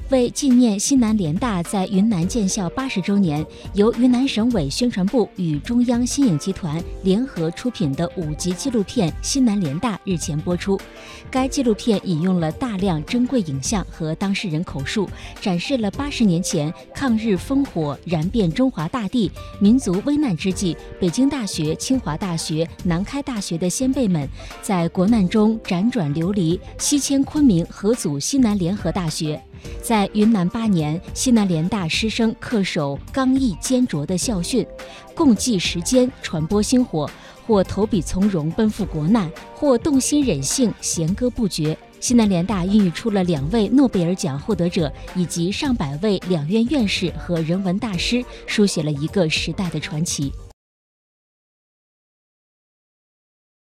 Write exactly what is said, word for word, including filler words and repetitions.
为纪念西南联大在云南建校八十周年，由云南省委宣传部与中央新影集团联合出品的五集纪录片《西南联大》日前播出。该纪录片引用了大量珍贵影像和当事人口述，展示了八十年前抗日烽火燃遍中华大地、民族危难之际，北京大学、清华大学、南开大学的先辈们在国难中辗转流离，西迁昆明合组西南联合大学。在云南八年，西南联大师生恪守刚毅坚卓的校训，共济时艰，传播薪火，或投笔从戎，奔赴国难，或动心忍性，弦歌不绝。西南联大孕育出了两位诺贝尔奖获得者，以及上百位两院院士和人文大师，书写了一个时代的传奇。